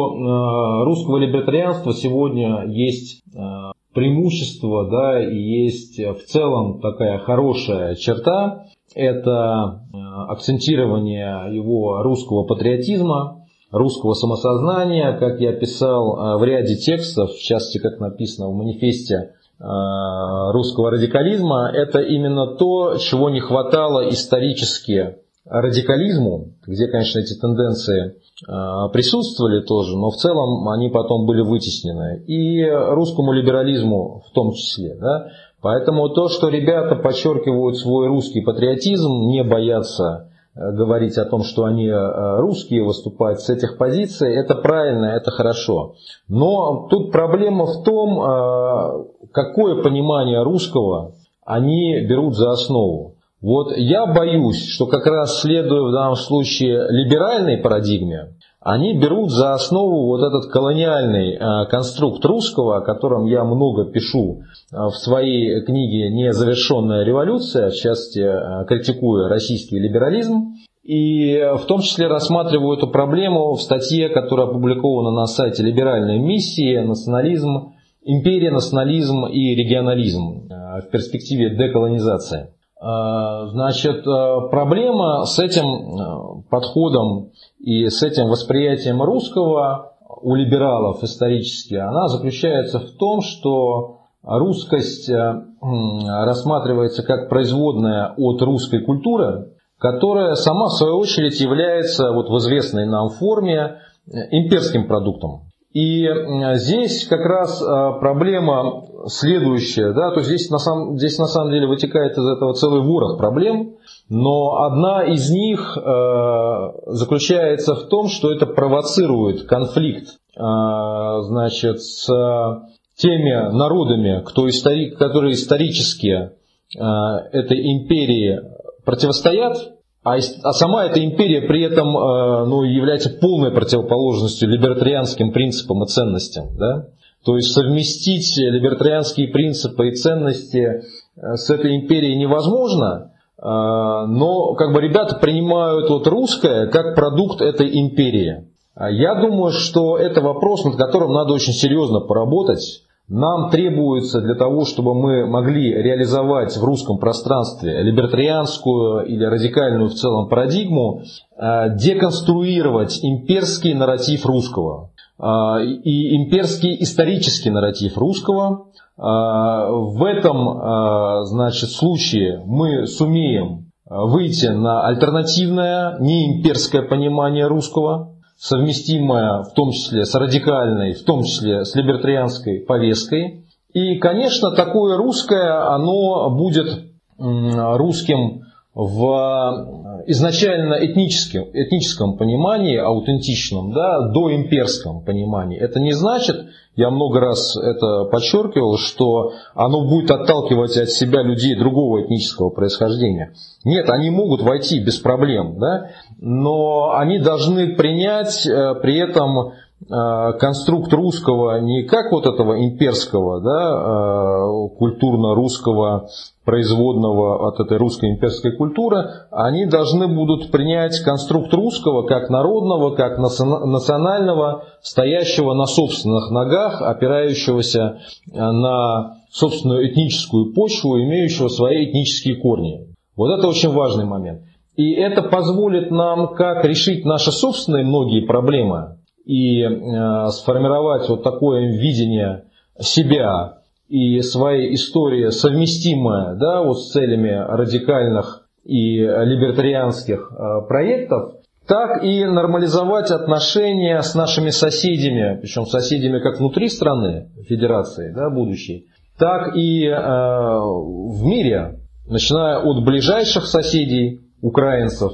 у русского либертарианства сегодня есть преимущество, да, и есть в целом такая хорошая черта. Это акцентирование его русского патриотизма, русского самосознания, как я писал в ряде текстов, в частности, как написано в манифесте русского радикализма. Это именно то, чего не хватало исторически радикализму, где, конечно, эти тенденции присутствовали тоже, но в целом они потом были вытеснены. И русскому либерализму в том числе. Да? Поэтому то, что ребята подчеркивают свой русский патриотизм, не боятся говорить о том, что они русские, выступать с этих позиций, это правильно, это хорошо. Но тут проблема в том, какое понимание русского они берут за основу. Вот я боюсь, что как раз следуя в данном случае либеральной парадигме, они берут за основу вот этот колониальный конструкт русского, о котором я много пишу в своей книге «Незавершенная революция», в частности, критикуя российский либерализм. И в том числе рассматриваю эту проблему в статье, которая опубликована на сайте «Либеральная миссия. Национализм, империя, национализм и регионализм в перспективе деколонизации». Значит, проблема с этим подходом и с этим восприятием русского у либералов исторически, она заключается в том, что русскость рассматривается как производная от русской культуры, которая сама в свою очередь является вот в известной нам форме имперским продуктом. И здесь как раз проблема следующая, да, то есть здесь на самом деле вытекает из этого целый ворох проблем, но одна из них заключается в том, что это провоцирует конфликт, значит, с теми народами, которые исторически этой империи противостоят. А сама эта империя при этом является полной противоположностью либертарианским принципам и ценностям. Да? То есть совместить либертарианские принципы и ценности с этой империей невозможно, но как бы ребята принимают вот русское как продукт этой империи. Я думаю, что это вопрос, над которым надо очень серьезно поработать. Нам требуется для того, чтобы мы могли реализовать в русском пространстве либертарианскую или радикальную в целом парадигму, деконструировать имперский нарратив русского и имперский исторический нарратив русского. В этом, значит, случае мы сумеем выйти на альтернативное, неимперское понимание русского, совместимая в том числе с радикальной, в том числе с либертарианской повесткой. И, конечно, такое русское, оно будет русским в изначально этническом понимании, аутентичном, да, доимперском понимании. Это не значит, я много раз это подчеркивал, что оно будет отталкивать от себя людей другого этнического происхождения. Нет, они могут войти без проблем, да, но они должны принять при этом конструкт русского не как вот этого имперского, да, культурно-русского, производного от этой русской имперской культуры, они должны будут принять конструкт русского как народного, как национального, стоящего на собственных ногах, опирающегося на собственную этническую почву, имеющего свои этнические корни. Вот это очень важный момент. И это позволит нам как решить наши собственные многие проблемы, и сформировать вот такое видение себя и своей истории, совместимое, да, вот с целями радикальных и либертарианских проектов, так и нормализовать отношения с нашими соседями, причем соседями как внутри страны, федерации, да, будущей, так и в мире, начиная от ближайших соседей, украинцев,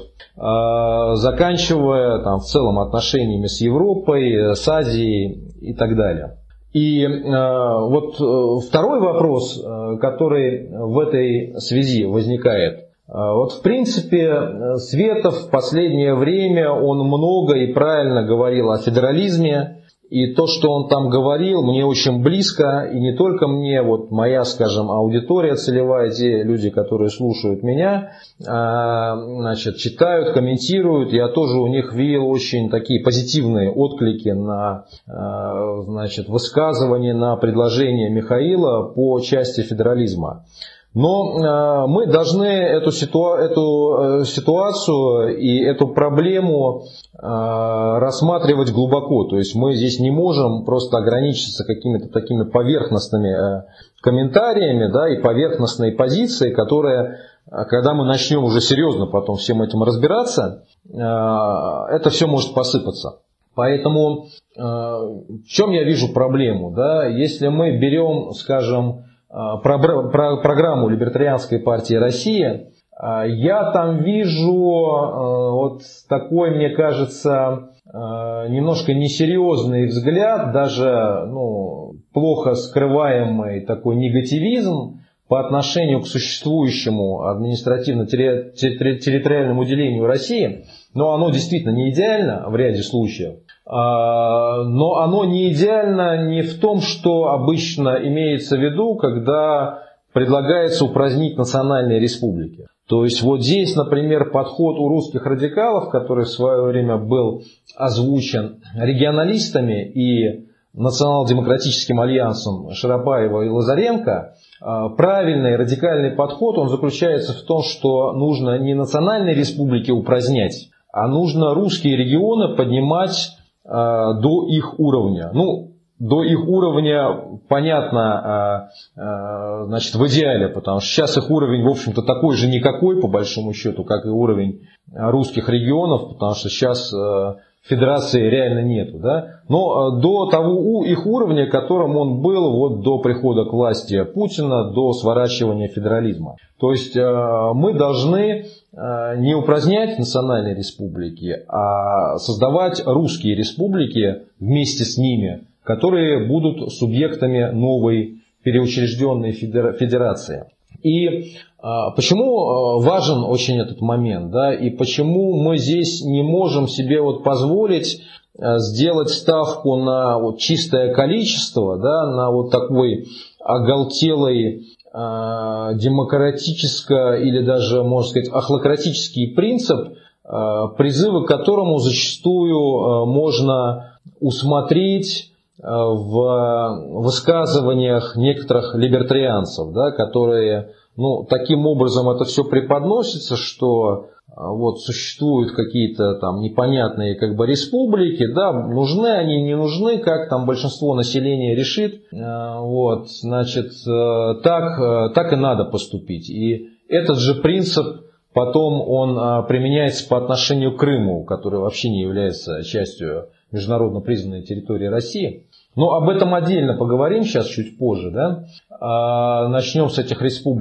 заканчивая там, в целом отношениями с Европой, с Азией и так далее. И вот второй вопрос, который в этой связи возникает. Вот в принципе Светов в последнее время он много и правильно говорил о федерализме. И то, что он там говорил, мне очень близко, и не только мне, вот моя, скажем, аудитория целевая, те люди, которые слушают меня, значит, читают, комментируют, я тоже у них видел очень такие позитивные отклики на, значит, высказывания, на предложение Михаила по части федерализма. Но мы должны эту ситуацию и эту проблему рассматривать глубоко. То есть мы здесь не можем просто ограничиться какими-то такими поверхностными комментариями, да, и поверхностной позицией, которая, когда мы начнем уже серьезно потом всем этим разбираться, это все может посыпаться. Поэтому в чем я вижу проблему? Да? Если мы берем, скажем, программу Либертарианской партии России, я там вижу вот такой, мне кажется, немножко несерьезный взгляд, даже плохо скрываемый такой негативизм по отношению к существующему административно-территориальному делению России. Но оно действительно не идеально в ряде случаев. Но оно не идеально не в том, что обычно имеется в виду, когда предлагается упразднить национальные республики. То есть вот здесь, например, подход у русских радикалов, который в свое время был озвучен регионалистами и национал-демократическим альянсом Шарапаева и Лазаренко, правильный радикальный подход, он заключается в том, что нужно не национальные республики упразднять, а нужно русские регионы поднимать до их уровня. До их уровня, понятно, значит, в идеале, потому что сейчас их уровень, в общем-то, такой же никакой, по большому счету, как и уровень русских регионов, потому что сейчас федерации реально нету, да? Но до того их уровня, которым он был вот до прихода к власти Путина, до сворачивания федерализма. То есть мы должны не упразднять национальные республики, а создавать русские республики вместе с ними, которые будут субъектами новой переучрежденной федерации. И почему важен очень этот момент, да, и почему мы здесь не можем себе вот позволить сделать ставку на вот чистое количество, да, на вот такой оголтелый демократический или даже, можно сказать, охлократический принцип, призывы к которому зачастую можно усмотреть в высказываниях некоторых либертарианцев, да, которые, таким образом это все преподносится, что вот существуют какие-то там непонятные республики, да, нужны они, не нужны, как там большинство населения решит, вот, значит, так и надо поступить. И этот же принцип потом он применяется по отношению к Крыму, который вообще не является частью международно признанной территории России. Но об этом отдельно поговорим сейчас чуть позже, да? Начнем с этих республик.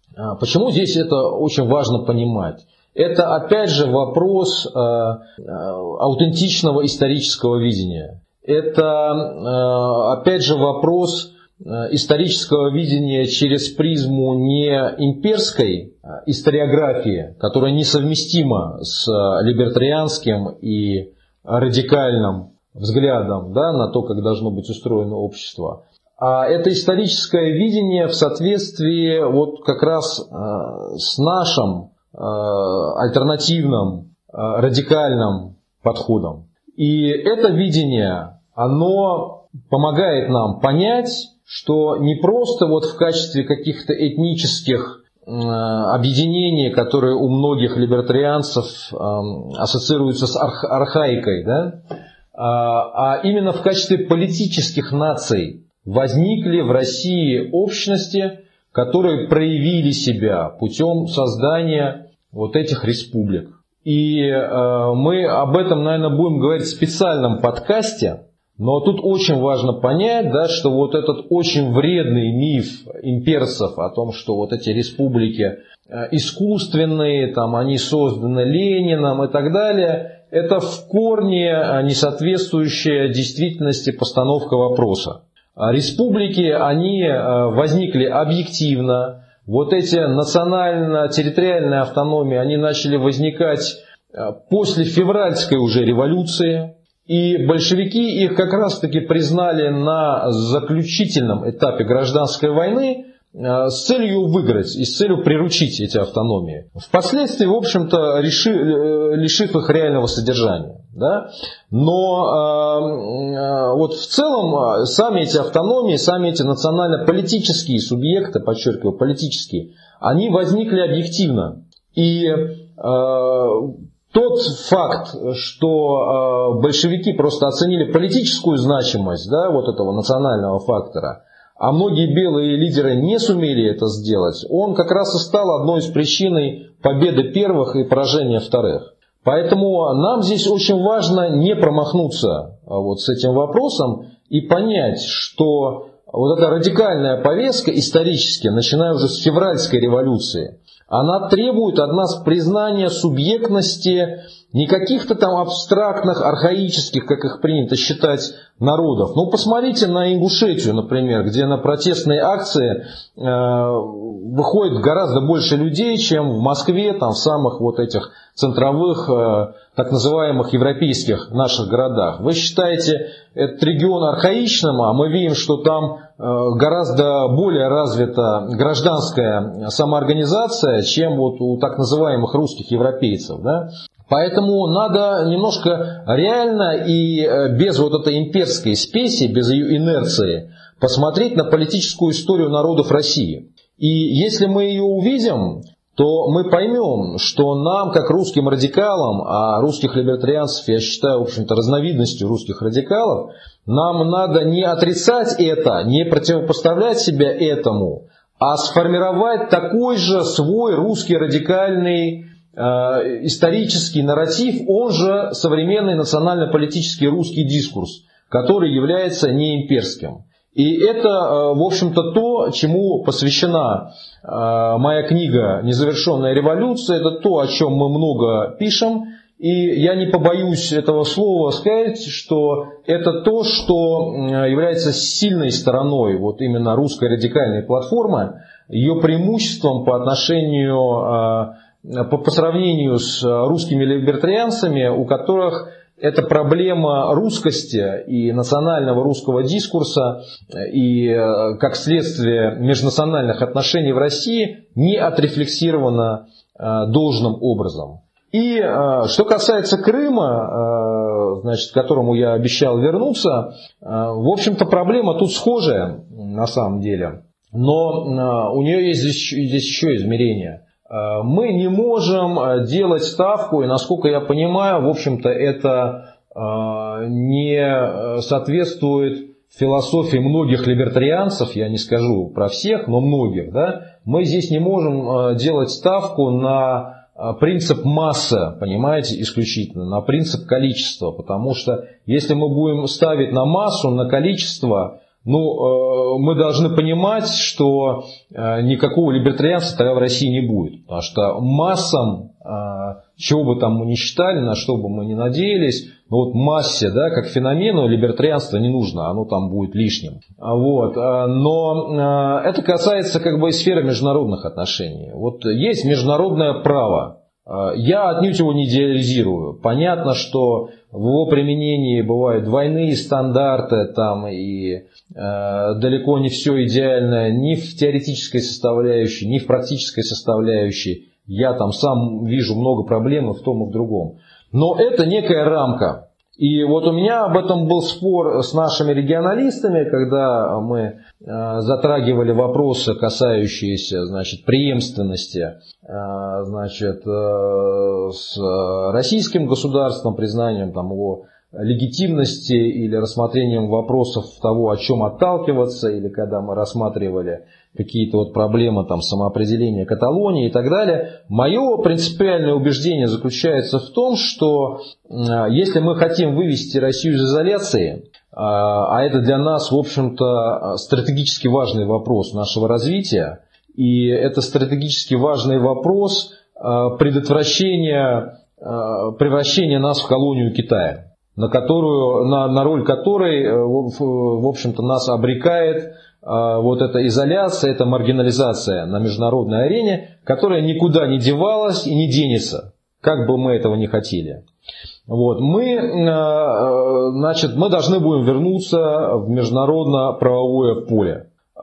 Почему здесь это очень важно понимать? Это опять же вопрос аутентичного исторического видения. Это опять же вопрос исторического видения через призму не имперской историографии, которая несовместима с либертарианским и радикальным взглядом, да, на то, как должно быть устроено общество. А это историческое видение в соответствии вот как раз с нашим альтернативным радикальным подходом. И это видение, оно помогает нам понять, что не просто вот в качестве каких-то этнических объединений, которые у многих либертарианцев ассоциируются с архаикой, да, а именно в качестве политических наций возникли в России общности, которые проявили себя путем создания вот этих республик. И мы об этом, наверное, будем говорить в специальном подкасте, но тут очень важно понять, да, что вот этот очень вредный миф имперцев о том, что вот эти республики искусственные, там, они созданы Лениным и так далее, это в корне несоответствующая действительности постановка вопроса. Республики, они возникли объективно. Вот эти национально-территориальные автономии, они начали возникать после февральской уже революции. И большевики их как раз-таки признали на заключительном этапе гражданской войны с целью выиграть и с целью приручить эти автономии. Впоследствии, в общем-то, лишив их реального содержания. Да? Но вот в целом сами эти автономии, сами эти национально-политические субъекты, подчеркиваю, политические, они возникли объективно. И тот факт, что большевики просто оценили политическую значимость, да, вот этого национального фактора, а многие белые лидеры не сумели это сделать, он как раз и стал одной из причин победы первых и поражения вторых. Поэтому нам здесь очень важно не промахнуться вот с этим вопросом и понять, что вот эта радикальная повестка исторически, начиная уже с февральской революции, она требует от нас признания субъектности не каких-то там абстрактных, архаических, как их принято считать, народов. Ну, посмотрите на Ингушетию, например, где на протестные акции выходит гораздо больше людей, чем в Москве, там, в самых вот этих центровых, так называемых европейских наших городах. Вы считаете этот регион архаичным, а мы видим, что там гораздо более развита гражданская самоорганизация, чем вот у так называемых русских европейцев. Да? Поэтому надо немножко реально и без вот этой имперской спеси, без ее инерции, посмотреть на политическую историю народов России. И если мы ее увидим, то мы поймем, что нам, как русским радикалам, а русских либертарианцев я считаю, в общем-то, разновидностью русских радикалов, нам надо не отрицать это, не противопоставлять себя этому, а сформировать такой же свой русский радикальный исторический нарратив, он же современный национально-политический русский дискурс, который является неимперским. И это, в общем-то, то, чему посвящена моя книга «Незавершенная революция». Это то, о чем мы много пишем. И я не побоюсь этого слова сказать, что это то, что является сильной стороной вот именно русской радикальной платформы, ее преимуществом по отношению, по сравнению с русскими либертарианцами, у которых эта проблема русскости и национального русского дискурса и, как следствие, межнациональных отношений в России не отрефлексирована должным образом. И что касается Крыма, значит, к которому я обещал вернуться, в общем-то проблема тут схожая на самом деле, но у нее есть здесь еще измерения. Мы не можем делать ставку, и насколько я понимаю, в общем-то это не соответствует философии многих либертарианцев, я не скажу про всех, но многих, да? Мы здесь не можем делать ставку на принцип массы, понимаете, исключительно, на принцип количества, потому что если мы будем ставить на массу, на количество, мы должны понимать, что никакого либертарианства тогда в России не будет. Потому что массам, чего бы там мы ни считали, на что бы мы ни надеялись, массе, да, как феномену либертарианство не нужно, оно там будет лишним. Но это касается как бы и сферы международных отношений. Есть международное право. Я отнюдь его не идеализирую. Понятно, что в его применении бывают двойные стандарты и далеко не все идеально ни в теоретической составляющей, ни в практической составляющей. Я там сам вижу много проблем и в том, и в другом. Но это некая рамка. И у меня об этом был спор с нашими регионалистами, когда мы затрагивали вопросы, касающиеся, преемственности, с российским государством, признанием его легитимности или рассмотрением вопросов того, о чем отталкиваться, или когда мы рассматривали какие-то проблемы самоопределения Каталонии и так далее. Мое принципиальное убеждение заключается в том, что если мы хотим вывести Россию из изоляции, а это для нас, в общем-то, стратегически важный вопрос нашего развития, и это стратегически важный вопрос превращения нас в колонию Китая, на роль которой, в общем-то, нас обрекает эта изоляция, эта маргинализация на международной арене, которая никуда не девалась и не денется, как бы мы этого не хотели. Мы должны будем вернуться в международно-правовое поле. И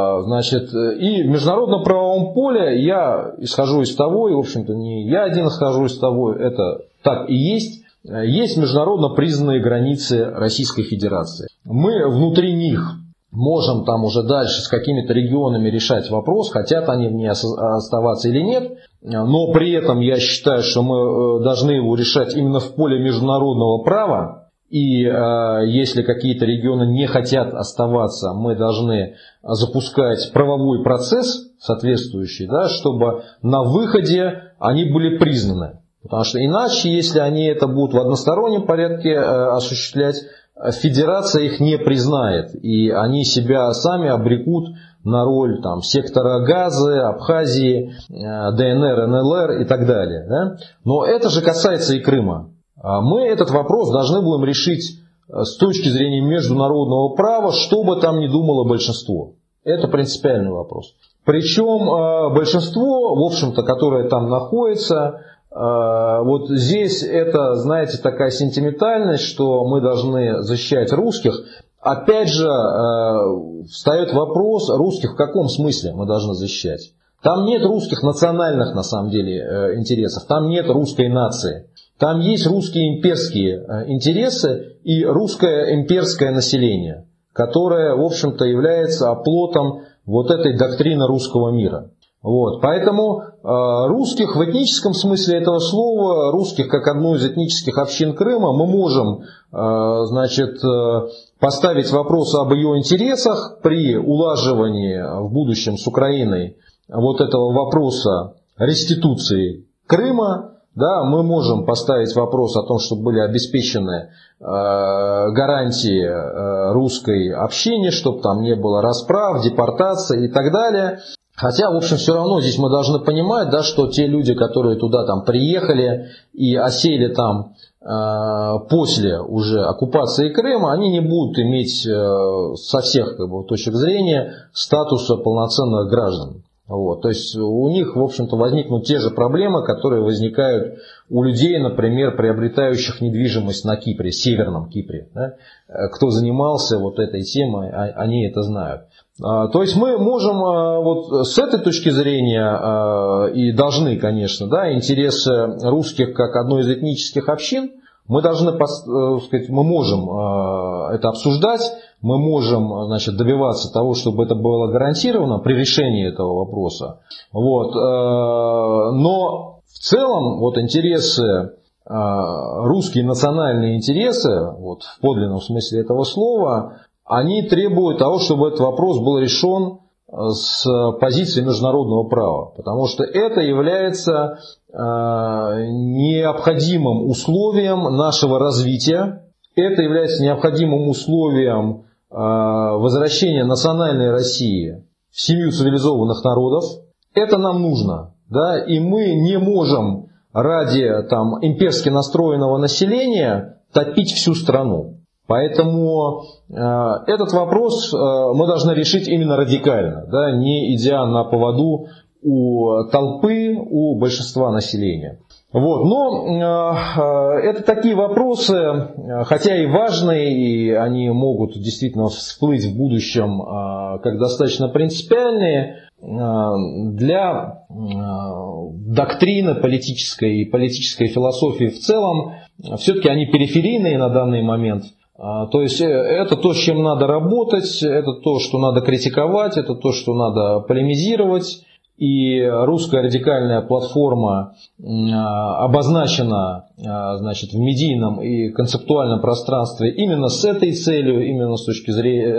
в международном правовом поле я исхожу из того, и в общем-то не я один исхожу из того, это так и есть международно признанные границы Российской Федерации. Мы внутри них можем уже дальше с какими-то регионами решать вопрос, хотят они в ней оставаться или нет, но при этом я считаю, что мы должны его решать именно в поле международного права. И если какие-то регионы не хотят оставаться, мы должны запускать правовой процесс соответствующий, чтобы на выходе они были признаны. Потому что иначе, если они это будут в одностороннем порядке осуществлять, федерация их не признает. И они себя сами обрекут на роль сектора Газы, Абхазии, ДНР, НЛР и так далее. Да? Но это же касается и Крыма. Мы этот вопрос должны будем решить с точки зрения международного права, что бы там ни думало большинство. Это принципиальный вопрос. Причем большинство, в общем-то, которое там находится, здесь это, такая сентиментальность, что мы должны защищать русских. Опять же, встает вопрос, русских в каком смысле мы должны защищать? Там нет русских национальных, на самом деле, интересов, там нет русской нации. Там есть русские имперские интересы и русское имперское население, которое, в общем-то, является оплотом этой доктрины русского мира. Поэтому русских в этническом смысле этого слова, русских как одну из этнических общин Крыма, мы можем поставить вопрос об ее интересах при улаживании в будущем с Украиной этого вопроса реституции Крыма. Да, мы можем поставить вопрос о том, чтобы были обеспечены гарантии русской общине, чтобы там не было расправ, депортации и так далее. Хотя, в общем, все равно здесь мы должны понимать, да, что те люди, которые туда приехали и осели там после уже оккупации Крыма, они не будут иметь со всех точек зрения статуса полноценных граждан. То есть у них, в общем-то, возникнут те же проблемы, которые возникают у людей, например, приобретающих недвижимость на Кипре, Северном Кипре. Да? Кто занимался этой темой, они это знают. То есть мы можем с этой точки зрения и должны, конечно, интересы русских как одной из этнических общин, мы должны, мы можем это обсуждать, мы можем, добиваться того, чтобы это было гарантировано при решении этого вопроса. Но в целом интересы, русские национальные интересы, в подлинном смысле этого слова, они требуют того, чтобы этот вопрос был решен с позиции международного права. Потому что это является необходимым условием нашего развития. Это является необходимым условием возвращения национальной России в семью цивилизованных народов. Это нам нужно, да, и мы не можем ради там имперски настроенного населения топить всю страну. Поэтому этот вопрос мы должны решить именно радикально, да, не идя на поводу у толпы, у большинства населения. Вот. Но это такие вопросы, хотя и важные, и они могут действительно всплыть в будущем как достаточно принципиальные, для доктрины политической и политической философии в целом, все-таки они периферийные на данный момент. То есть это то, с чем надо работать, это то, что надо критиковать, это то, что надо полемизировать. И русская радикальная платформа обозначена, значит, в медийном и концептуальном пространстве именно с этой целью, именно с точки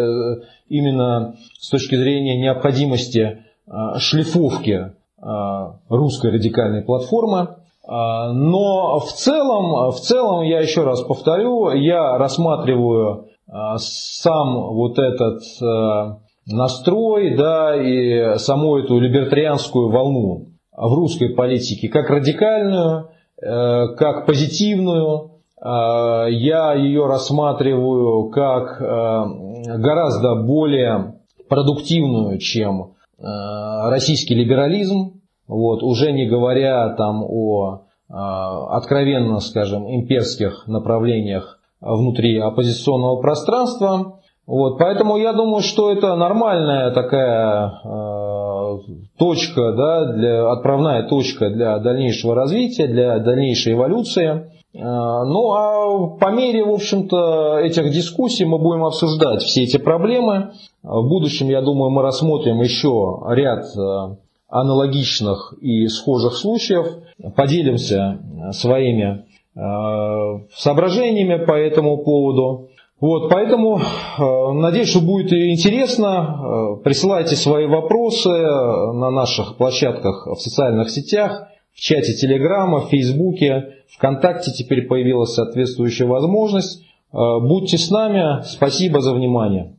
зрения необходимости шлифовки русской радикальной платформы. Но в целом, я еще раз повторю, я рассматриваю сам вот этот настрой, да, и саму эту либертарианскую волну в русской политике как радикальную, как позитивную. Я ее рассматриваю как гораздо более продуктивную, чем российский либерализм. Вот, уже не говоря там о откровенно, скажем, имперских направлениях внутри оппозиционного пространства. Вот, поэтому я думаю, что это нормальная такая точка, да, отправная точка для дальнейшего развития, для дальнейшей эволюции. Ну а по мере, в общем-то, этих дискуссий мы будем обсуждать все эти проблемы. В будущем, я думаю, мы рассмотрим еще ряд аналогичных и схожих случаев, поделимся своими соображениями по этому поводу. Вот, поэтому надеюсь, что будет интересно. Присылайте свои вопросы на наших площадках в социальных сетях, в чате Телеграма, в Фейсбуке, ВКонтакте теперь появилась соответствующая возможность. Будьте с нами. Спасибо за внимание.